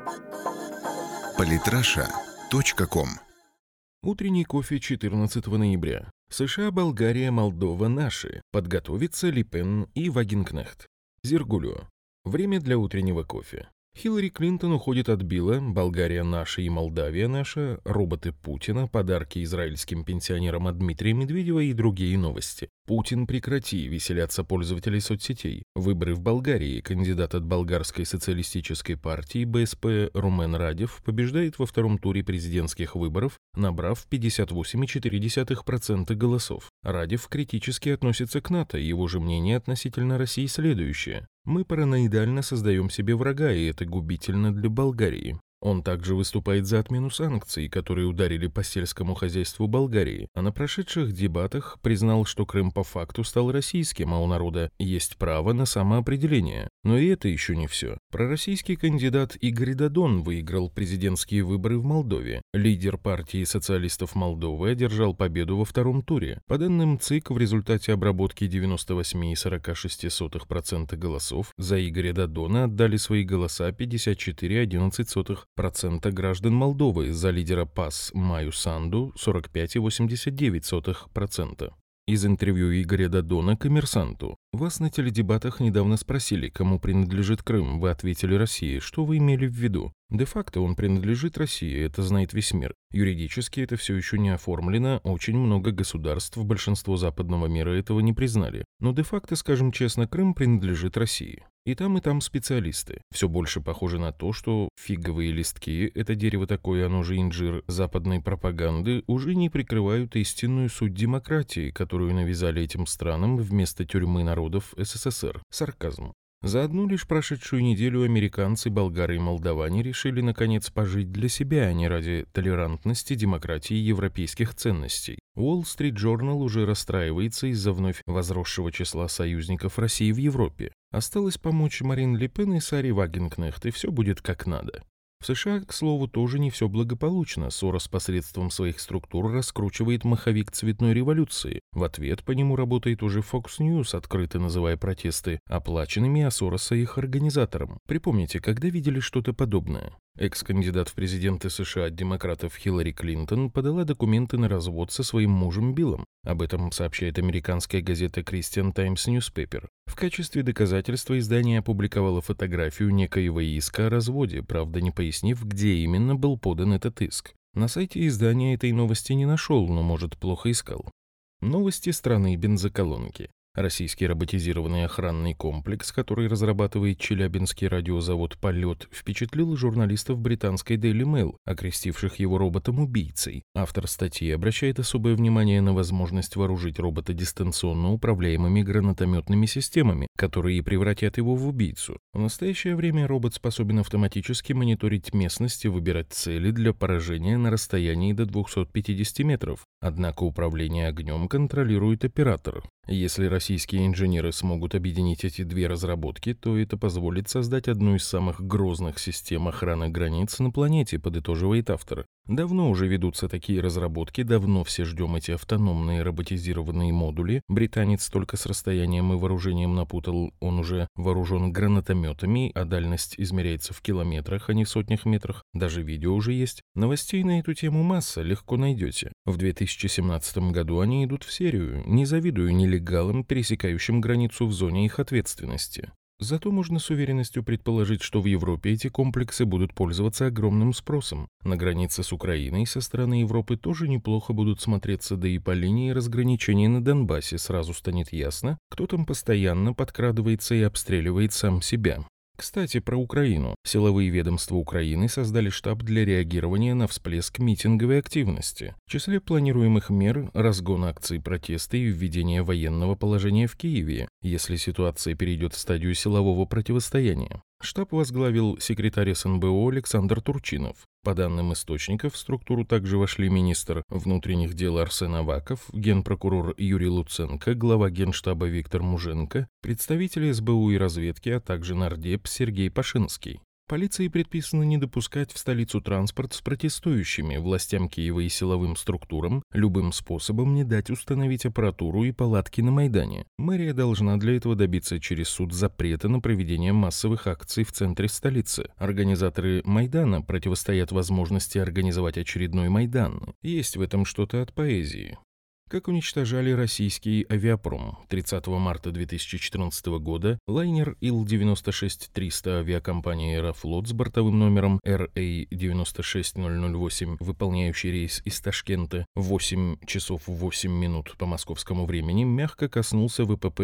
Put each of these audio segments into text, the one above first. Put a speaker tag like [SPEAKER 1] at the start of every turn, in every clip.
[SPEAKER 1] Политраша.ком.
[SPEAKER 2] Утренний кофе 14 ноября. США, Болгария, Молдова наши. Подготовятся Ле Пен и Вагенкнехт. Зиргулио. Время для утреннего кофе. Хиллари Клинтон уходит от Билла, Болгария наша и Молдавия наша, роботы Путина, подарки израильским пенсионерам от Дмитрия Медведева и другие новости. Путин прекрати, веселятся пользователи соцсетей. Выборы в Болгарии. Кандидат от болгарской социалистической партии БСП Румен Радев побеждает во втором туре президентских выборов, набрав 58,4% голосов. Радев критически относится к НАТО, его же мнение относительно России следующее. Мы параноидально создаем себе врага, и это губительно для Болгарии. Он также выступает за отмену санкций, которые ударили по сельскому хозяйству Болгарии, а на прошедших дебатах признал, что Крым по факту стал российским, а у народа есть право на самоопределение. Но и это еще не все. Пророссийский кандидат Игорь Додон выиграл президентские выборы в Молдове. Лидер партии социалистов Молдовы одержал победу во втором туре. По данным ЦИК, в результате обработки 98,46% голосов за Игоря Додона отдали свои голоса 54,11% граждан Молдовы, за лидера ПАС Маю Санду 45,89%. Из интервью Игоря Додона «Коммерсанту». Вас на теледебатах недавно спросили, кому принадлежит Крым. Вы ответили России. Что вы имели в виду? Де-факто он принадлежит России, это знает весь мир. Юридически это все еще не оформлено, очень много государств, большинство западного мира этого не признали. Но де-факто, скажем честно, Крым принадлежит России. И там специалисты. Все больше похоже на то, что фиговые листки, это дерево такое, оно же инжир западной пропаганды, уже не прикрывают истинную суть демократии, которую навязали этим странам вместо тюрьмы народов СССР. Сарказм. За одну лишь прошедшую неделю американцы, болгары и молдаване решили наконец пожить для себя, а не ради толерантности, демократии и европейских ценностей. Wall Street Journal уже расстраивается из-за вновь возросшего числа союзников России в Европе. Осталось помочь Марин Ле Пен и Саре Вагенкнехт, и все будет как надо. В США, к слову, тоже не все благополучно. Сорос посредством своих структур раскручивает маховик цветной революции. В ответ по нему работает уже Fox News, открыто называя протесты оплаченными, а Сороса их организатором. Припомните, когда видели что-то подобное? Экс-кандидат в президенты США от демократов Хиллари Клинтон подала документы на развод со своим мужем Биллом. Об этом сообщает американская газета Christian Times Newspaper. В качестве доказательства издание опубликовало фотографию некоего иска о разводе, правда не пояснив, где именно был подан этот иск. На сайте издания этой новости не нашел, но, может, плохо искал. Новости страны бензоколонки. Российский роботизированный охранный комплекс, который разрабатывает челябинский радиозавод «Полет», впечатлил журналистов британской Daily Mail, окрестивших его роботом-убийцей. Автор статьи обращает особое внимание на возможность вооружить робота дистанционно управляемыми гранатометными системами, которые превратят его в убийцу. В настоящее время робот способен автоматически мониторить местность и выбирать цели для поражения на расстоянии до 250 метров. Однако управление огнем контролирует оператор. Если российские инженеры смогут объединить эти две разработки, то это позволит создать одну из самых грозных систем охраны границ на планете, подытоживает автор. Давно уже ведутся такие разработки, давно все ждем эти автономные роботизированные модули. Британец только с расстоянием и вооружением напутал, он уже вооружен гранатометами, а дальность измеряется в километрах, а не в сотнях метрах. Даже видео уже есть. Новостей на эту тему масса, легко найдете. В 2017 году они идут в серию. Не завидую нелегалам, пересекающим границу в зоне их ответственности. Зато можно с уверенностью предположить, что в Европе эти комплексы будут пользоваться огромным спросом. На границе с Украиной со стороны Европы тоже неплохо будут смотреться, да и по линии разграничения на Донбассе сразу станет ясно, кто там постоянно подкрадывается и обстреливает сам себя. Кстати, про Украину. Силовые ведомства Украины создали штаб для реагирования на всплеск митинговой активности. В числе планируемых мер – разгон акций протеста и введение военного положения в Киеве, если ситуация перейдет в стадию силового противостояния. Штаб возглавил секретарь СНБО Александр Турчинов. По данным источников, в структуру также вошли министр внутренних дел Арсен Аваков, генпрокурор Юрий Луценко, глава Генштаба Виктор Муженко, представители СБУ и разведки, а также нардеп Сергей Пашинский. Полиции предписано не допускать в столицу транспорт с протестующими, властям Киева и силовым структурам любым способом не дать установить аппаратуру и палатки на Майдане. Мэрия должна для этого добиться через суд запрета на проведение массовых акций в центре столицы. Организаторы Майдана противостоят возможности организовать очередной Майдан. Есть в этом что-то от поэзии. Как уничтожали российский авиапром. 30 марта 2014 года лайнер Ил-96-300 авиакомпании «Аэрофлот» с бортовым номером RA-96008, выполняющий рейс из Ташкента в 8 часов 8 минут по московскому времени, мягко коснулся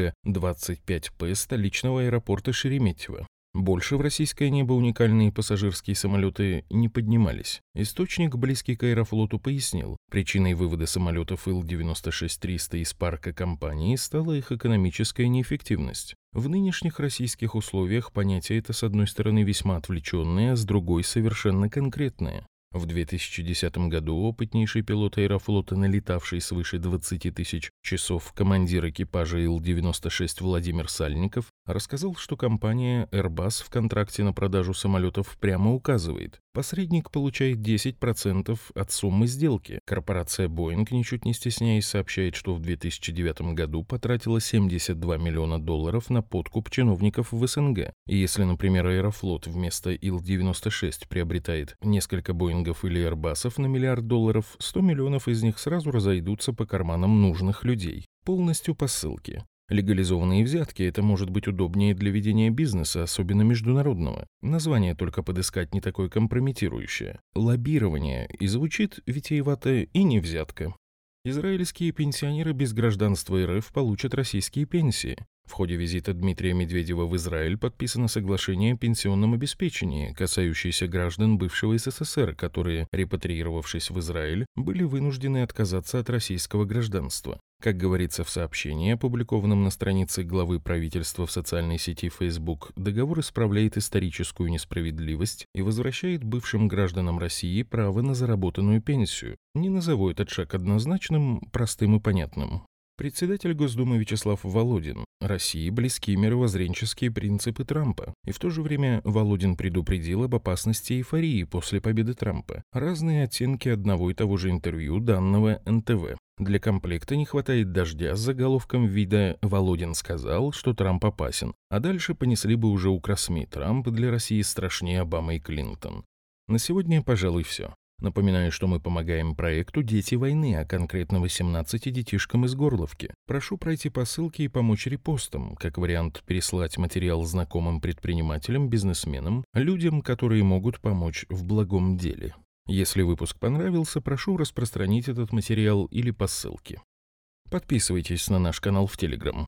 [SPEAKER 2] ВПП-25П столичного аэропорта Шереметьево. Больше в российское небо уникальные пассажирские самолеты не поднимались. Источник, близкий к Аэрофлоту, пояснил, причиной вывода самолетов Ил-96-300 из парка компании стала их экономическая неэффективность. В нынешних российских условиях понятие это, с одной стороны, весьма отвлеченное, а с другой совершенно конкретное. В 2010 году опытнейший пилот Аэрофлота, налетавший свыше 20 тысяч часов, командир экипажа Ил-96 Владимир Сальников, рассказал, что компания Airbus в контракте на продажу самолетов прямо указывает: посредник получает 10% от суммы сделки. Корпорация Boeing, ничуть не стесняясь, сообщает, что в 2009 году потратила $72 миллиона на подкуп чиновников в СНГ. И если, например, Аэрофлот вместо Ил-96 приобретает несколько Боингов или Airbus'ов на $1 миллиард, 100 миллионов из них сразу разойдутся по карманам нужных людей. Полностью по ссылке. Легализованные взятки – это может быть удобнее для ведения бизнеса, особенно международного. Название только подыскать не такое компрометирующее. Лоббирование. И звучит витиевато, и не взятка. Израильские пенсионеры без гражданства РФ получат российские пенсии. В ходе визита Дмитрия Медведева в Израиль подписано соглашение о пенсионном обеспечении, касающееся граждан бывшего СССР, которые, репатриировавшись в Израиль, были вынуждены отказаться от российского гражданства. Как говорится в сообщении, опубликованном на странице главы правительства в социальной сети Facebook, договор исправляет историческую несправедливость и возвращает бывшим гражданам России право на заработанную пенсию. Не назову этот шаг однозначным, простым и понятным. Председатель Госдумы Вячеслав Володин. России близки мировоззренческие принципы Трампа. И в то же время Володин предупредил об опасности эйфории после победы Трампа. Разные оттенки одного и того же интервью, данного НТВ. Для комплекта не хватает дождя с заголовком вида «Володин сказал, что Трамп опасен». А дальше понесли бы уже укрсми: Трамп для России страшнее Обамы и Клинтон. На сегодня, пожалуй, все. Напоминаю, что мы помогаем проекту «Дети войны», а конкретно 18 детишкам из Горловки. Прошу пройти по ссылке и помочь репостом, как вариант переслать материал знакомым предпринимателям, бизнесменам, людям, которые могут помочь в благом деле. Если выпуск понравился, прошу распространить этот материал или по ссылке. Подписывайтесь на наш канал в Telegram.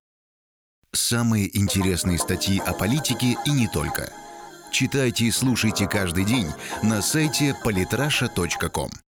[SPEAKER 1] Самые интересные статьи о политике и не только. Читайте и слушайте каждый день на сайте polytrasha.com.